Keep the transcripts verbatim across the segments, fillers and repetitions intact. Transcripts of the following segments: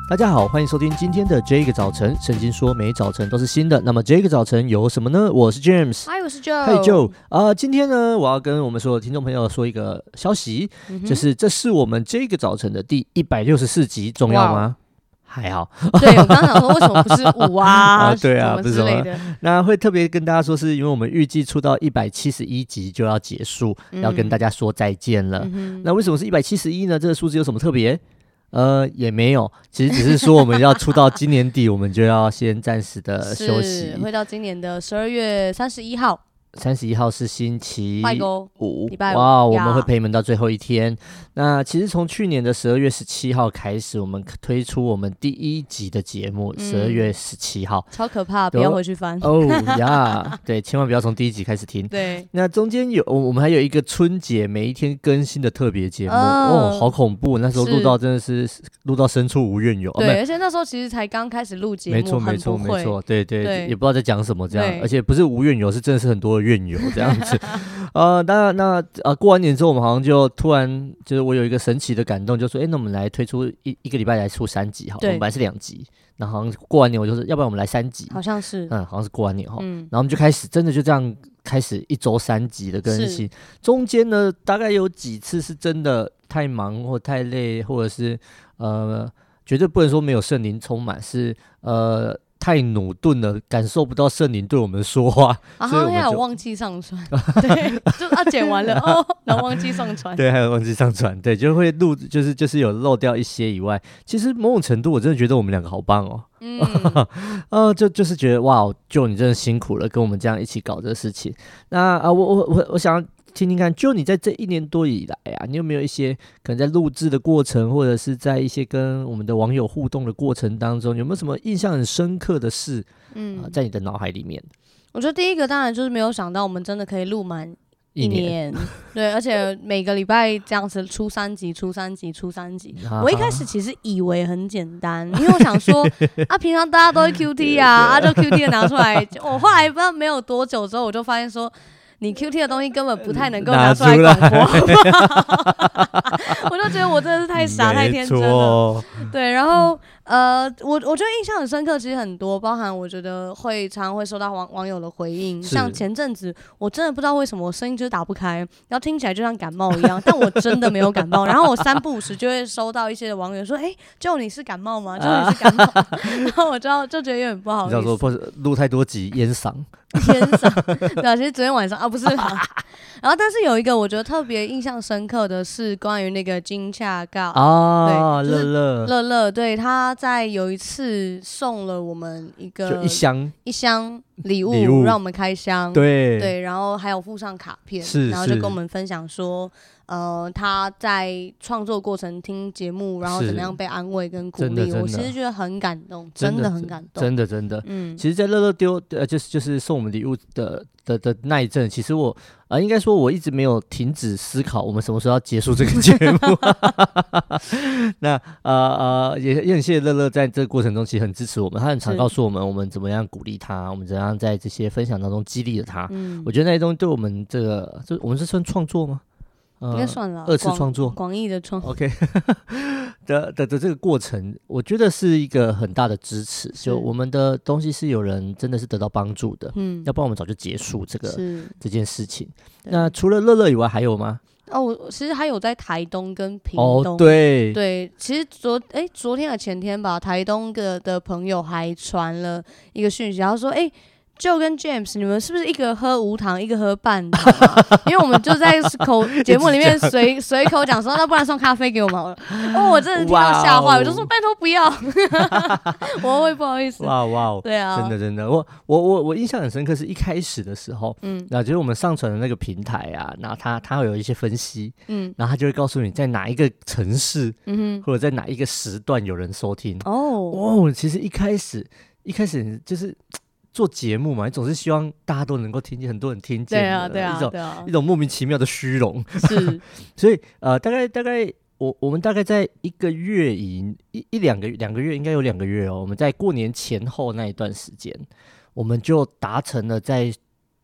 大家好，欢迎收听今天的这个早晨。圣经说每早晨都是新的，那么这个早晨有什么呢？我是 James， 嗨，我是 Joe。 嗨 Joe， 啊、呃，今天呢，我要跟我们所有听众朋友说一个消息，嗯、就是这是我们这个早晨的第一百六十四集，重要吗？还好， 对我刚刚想说为什么不是五啊？ 啊对啊， 不是之类的。 那会特别跟大家说，是因为我们预计出到一百七十一集就要结束，嗯、要跟大家说再见了。嗯、那为什么是一百七十一呢？这个数字有什么特别？呃，也没有，其实只是说我们要出到今年底，我们就要先暂时的休息， 会到今年的十二月三十一号。 三十一号是星期五， 礼拜五， 哇，我们会陪你们到最后一天。那其实从去年的十二月十七号开始，我们推出我们第一集的节目，十二月十七号， 超可怕，不要回去翻哦呀，对，千万不要从第一集开始听。 对， 那中间有我们还有一个春节每一天更新的特别节目，哦，哦好恐怖，那时候录到真的是录到深处无怨尤。 对，而且那时候其实才刚开始录节目， 没错没错没错，对 对, 对， 也不知道在讲什么这样，而且不是无怨尤，是真的是很多的怨尤这样子。呃，那那呃，过完年之后，我们好像就突然就是我有一个神奇的感动，就说，哎、欸，那我们来推出一一个礼拜来出三集，好，我们本来是两集，然后好像过完年我就说，要不然我们来三集， 好像是， 嗯，好像是过完年哈，嗯，然后我们就开始真的就这样开始一周三集的更新，中间呢大概有几次是真的太忙或太累，或者是呃，绝对不能说没有圣灵充满，是呃。太努顿了，感受不到圣灵对我们说话， 啊、 所以我们就还有忘记上传，对，就啊剪完了哦，然后忘记上传， 对，还有忘记上传，对，就会录，就是就是有漏掉一些以外，其实某种程度我真的觉得我们两个好棒哦，嗯，呃，就就是觉得哇，就你真的辛苦了，跟我们这样一起搞这个事情，那啊、呃，我我我我想。听听看，就你在这一年多以来啊，你有没有一些可能在录制的过程，或者是在一些跟我们的网友互动的过程当中，有没有什么印象很深刻的事？嗯、呃，在你的脑海里面？ 我觉得第一个当然就是没有想到我们真的可以录满一年，一年对，而且每个礼拜这样子出三集，出三集，出三集。我一开始其实以为很简单，因为我想说啊，平常大家都会 Q T 啊，啊就 Q T 的拿出来。我后来不知道没有多久之后，我就发现说。你 Q T 的东西根本不太能够拿出来广播，我就觉得我真的是太傻太天真了。对，然后呃，我我觉得印象很深刻，其实很多，包含我觉得会常常会收到网网友的回应，像前阵子我真的不知道为什么我声音就是打不开，然后听起来就像感冒一样，但我真的没有感冒。然后我三不五时就会收到一些网友说：“哎、欸，就你是感冒吗？就你是感冒？”然后我就就觉得有点不好意思。 你知道说录太多集烟嗓。 天上，对啊，其实昨天晚上啊不是，然后但是有一个我觉得特别印象深刻的是关于那个金恰告啊， 对， 乐乐乐乐，对，他在有一次送了我们一个就一箱一箱礼物， 礼物让我们开箱， 对对，然后还有附上卡片， 是， 然后就跟我们分享说。呃，他在创作过程听节目，然后怎么样被安慰跟鼓励，我其实觉得很感动，真的很感动， 真的真的。 嗯， 其实，在乐乐丢呃，就是就是送我们礼物的的的那一阵，其实我呃，应该说我一直没有停止思考，我们什么时候要结束这个节目。那呃呃，也也很谢谢乐乐在这个过程中，其实很支持我们，他很常告诉我们，我们怎么样鼓励他，我们怎样在这些分享当中激励了他。嗯，我觉得那些东西对我们这个，就我们是算创作吗？ 应该算了， 二次创作， 广义的创 ，OK 的的的这个过程，我觉得是一个很大的支持。就我们的东西是有人真的是得到帮助的，嗯，要不然我们早就结束这个这件事情。那除了乐乐以外，还有吗？ 哦，我其实还有在台东跟屏东， 哦、对对，其实昨哎昨天和前天吧，台东的的朋友还传了一个讯息，然后说哎。Joe 跟 James， 你们是不是一个喝无糖，一个喝半糖、啊？因为我们就在口节目里面随随口讲说，那不然送咖啡给我们好了。哦，我真的听到吓坏，我就说拜托不要，我会不好意思。 哇哇， 对啊， 真的真的，我我我我印象很深刻，是一开始的时候，嗯，那就是我们上传的那个平台啊，然后他他会有一些分析，嗯，然后他就会告诉你在哪一个城市，嗯哼，或者在哪一个时段有人收听。哦哦，其实一开始一开始就是。做节目嘛，你总是希望大家都能够听见，很多人听见的， 对啊，对啊， 一种对啊， 一种莫名其妙的虚荣。 是， 所以呃，大概大概我我们大概在一个月以一一两个两个月，应该有两个月哦。我们在过年前后那一段时间，我们就达成了在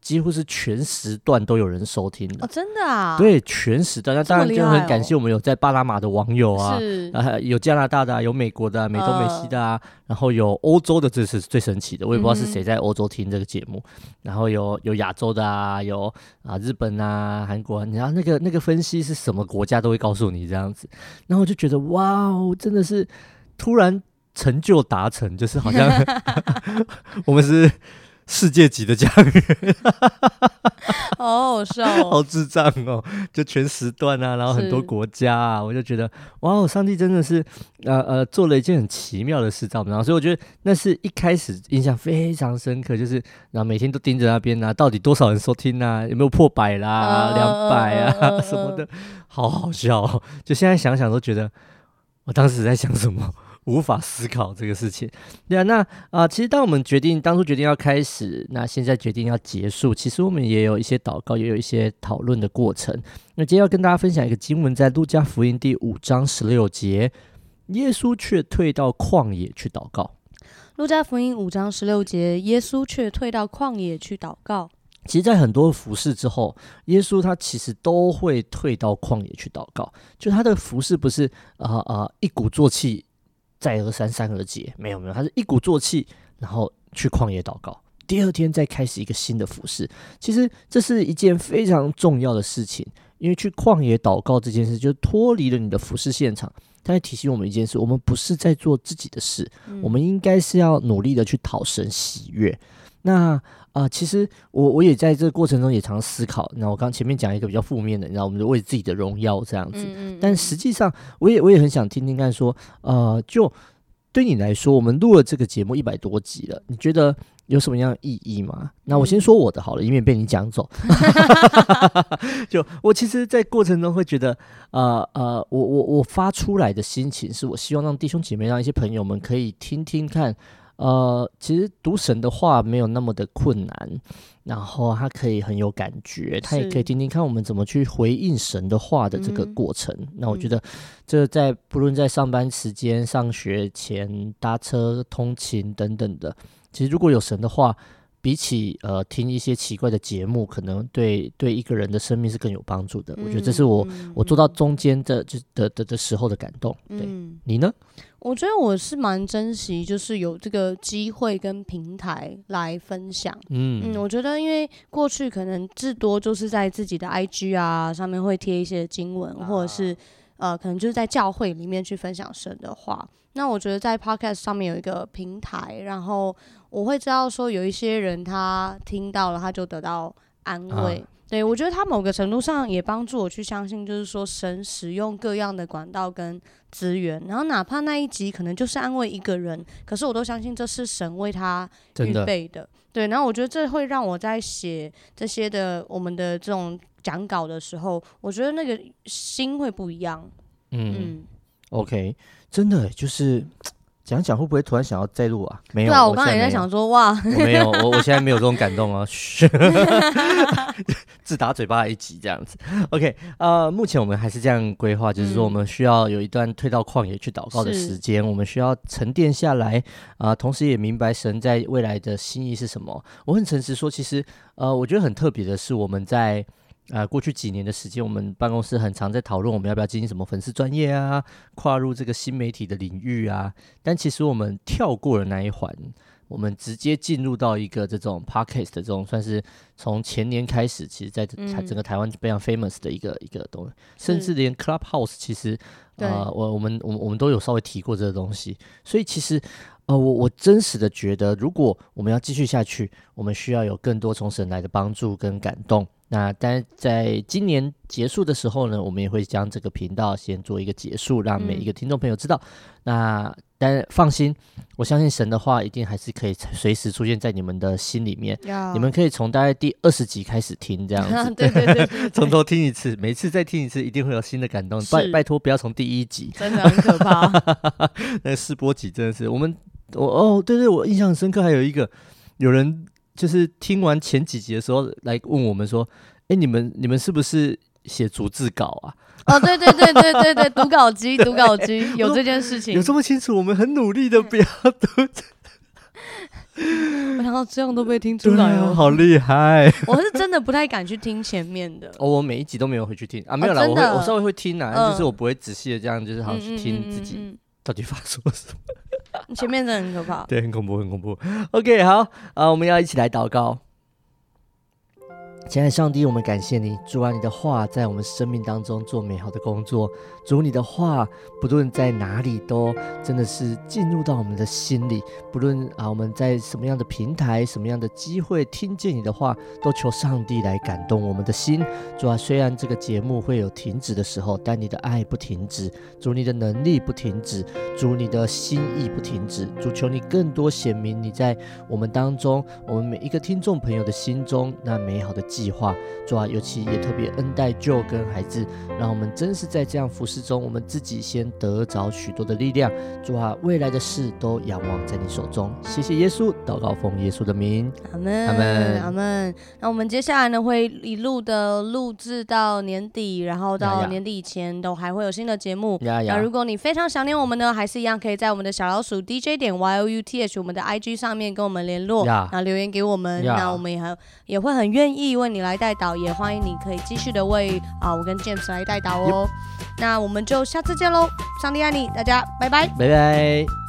几乎是全时段都有人收听的哦，真的啊？ 对，全时段。那当然就很感谢我们有在巴拿马的网友啊， 是呃，有加拿大的、啊，有美国的、啊，美东美西的啊，呃、然后有欧洲的，这是最神奇的，我也不知道是谁在欧洲听这个节目。嗯、然后有有亚洲的啊，有啊日本啊、韩国、啊，然后那个那个分析是什么国家都会告诉你这样子。然后我就觉得哇哦，真的是突然成就达成，就是好像我们是世界级的家人， 好好笑哦， 好智障哦！就全时段啊，然后很多国家啊，我就觉得哇，上帝真的是呃呃做了一件很奇妙的事在我们上，所以我觉得那是一开始印象非常深刻，就是然后每天都盯着那边啊，到底多少人收听啊，有没有破百啦、两百啊、呃、什么的，好好笑哦！就现在想想都觉得，我当时在想什么？无法思考这个事情，对啊，那啊、呃，其实当我们决定当初决定要开始，那现在决定要结束，其实我们也有一些祷告，也有一些讨论的过程。那今天要跟大家分享一个经文，在路加福音第五章十六节，耶稣却退到旷野去祷告。 路加福音五章十六节，耶稣却退到旷野去祷告。 其实在很多服事之后，耶稣他其实都会退到旷野去祷告，就他的服事不是呃呃一鼓作气再而三三而竭，没有没有，他是一鼓作气然后去旷野祷告，第二天再开始一个新的服事。其实这是一件非常重要的事情，因为去旷野祷告这件事就脱离了你的服事现场，他在提醒我们一件事，我们不是在做自己的事、嗯、我们应该是要努力的去讨神喜悦。那呃，其实我我也在这个过程中也常思考，那我刚前面讲一个比较负面的，你知道，我们就为自己的荣耀这样子，嗯嗯嗯，但实际上我也我也很想听听看说，呃，就对你来说，我们录了这个节目一百多集了，你觉得有什么样的意义吗？那我先说我的好了，以免被你讲走。就我其实，在过程中会觉得，呃呃，我我我发出来的心情是我希望让弟兄姐妹、让一些朋友们可以听听看。呃，其实读神的话没有那么的困难，然后他可以很有感觉，他也可以听听看我们怎么去回应神的话的这个过程。嗯、那我觉得，这在不论在上班时间、上学前、搭车通勤等等的，其实如果有神的话，比起呃听一些奇怪的节目，可能对对一个人的生命是更有帮助的。嗯、我觉得这是我、嗯、我做到中间的就的的的时候的感动。对，嗯、你呢？ 我觉得我是蛮珍惜，就是有这个机会跟平台来分享。嗯嗯，我觉得因为过去可能至多就是在自己的 I G 啊上面会贴一些经文，啊、或者是呃可能就是在教会里面去分享神的话。那我觉得在 Podcast 上面有一个平台，然后我会知道说有一些人他听到了，他就得到安慰。啊对，我觉得他某个程度上也帮助我去相信，就是说神使用各样的管道跟资源，然后哪怕那一集可能就是安慰一个人，可是我都相信这是神为他预备的。对，然后我觉得这会让我在写这些的我们的这种讲稿的时候，我觉得那个心会不一样。嗯, 嗯 ，OK， 真的就是讲讲会不会突然想要再录啊？没有， 对啊，我刚才也在想说，哇， 我没有，我我现在没有这种感动啊，自打嘴巴一集这样子。OK， 呃，目前我们还是这样规划，就是说我们需要有一段退到旷野去祷告的时间，我们需要沉淀下来啊、呃，同时也明白神在未来的心意是什么。我很诚实说，其实呃，我觉得很特别的是，我们在。呃，过去几年的时间，我们办公室很常在讨论我们要不要经营什么粉丝专业啊，跨入这个新媒体的领域啊。但其实我们跳过了那一环，我们直接进入到一个这种 podcast 的这种，算是从前年开始，其实在整个台湾非常 famous 的一个一个东西，甚至连 Clubhouse 其实呃，我我们我们我们都有稍微提过这个东西。所以其实呃，我我真实的觉得，如果我们要继续下去，我们需要有更多从神来的帮助跟感动。那但在今年结束的时候呢，我们也会将这个频道先做一个结束，让每一个听众朋友知道。嗯、那但放心，我相信神的话一定还是可以随时出现在你们的心里面。你们可以从大概第二十集开始听这样子， 对对 对, 对, 对， 从头听一次，每次再听一次，一定会有新的感动。拜拜托，不要从第一集， 真的很可怕。 那个试播集真的是我们，我哦，对对，我印象很深刻，还有一个有人。就是听完前几集的时候来问我们说，哎，你们你们是不是写逐字稿啊？ 哦，对对对对对对，读稿机读稿机有这件事情， 有这么清楚？我们很努力的不要读。 我没想到这样都被听出来哦， 好厉害！ 我是真的不太敢去听前面的。 哦，我每一集都没有回去听啊，没有啦， 哦、 我会我稍微会听啊，嗯、就是我不会仔细的这样，就是好像去听自己。嗯嗯嗯嗯到底发生了什么？ 前面真的很可怕， 对，很恐怖，很恐怖。OK， 好啊，我们要一起来祷告。亲爱的上帝，我们感谢你，主啊，你的话在我们生命当中做美好的工作。主，你的话不论在哪里都真的是进入到我们的心里，不论啊我们在什么样的平台、什么样的机会听见你的话，都求上帝来感动我们的心。主啊，虽然这个节目会有停止的时候，但你的爱不停止，主你的能力不停止，主你的心意不停止。主，求你更多显明你在我们当中，我们每一个听众朋友的心中那美好的计划。主啊，尤其也特别恩待 Joe 跟孩子，让我们真是在这样服事中，我们自己先得着许多的力量。主啊，未来的事都仰望在你手中。谢谢耶稣，祷告奉耶稣的名， 阿们， 阿们， 阿们。那我们接下来呢，会一路的录制到年底，然后到年底以前都还会有新的节目。 呀呀那如果你非常想念我们呢，还是一样可以在我们的小老鼠 D J 点 Y O U T H 我们的 I G 上面跟我们联络，然后留言给我们。那我们也还也会很愿意为你来带导，也欢迎你可以继续的为啊我跟 James 来带导哦。那我们就下次见喽，上帝爱你，大家拜拜， 拜拜。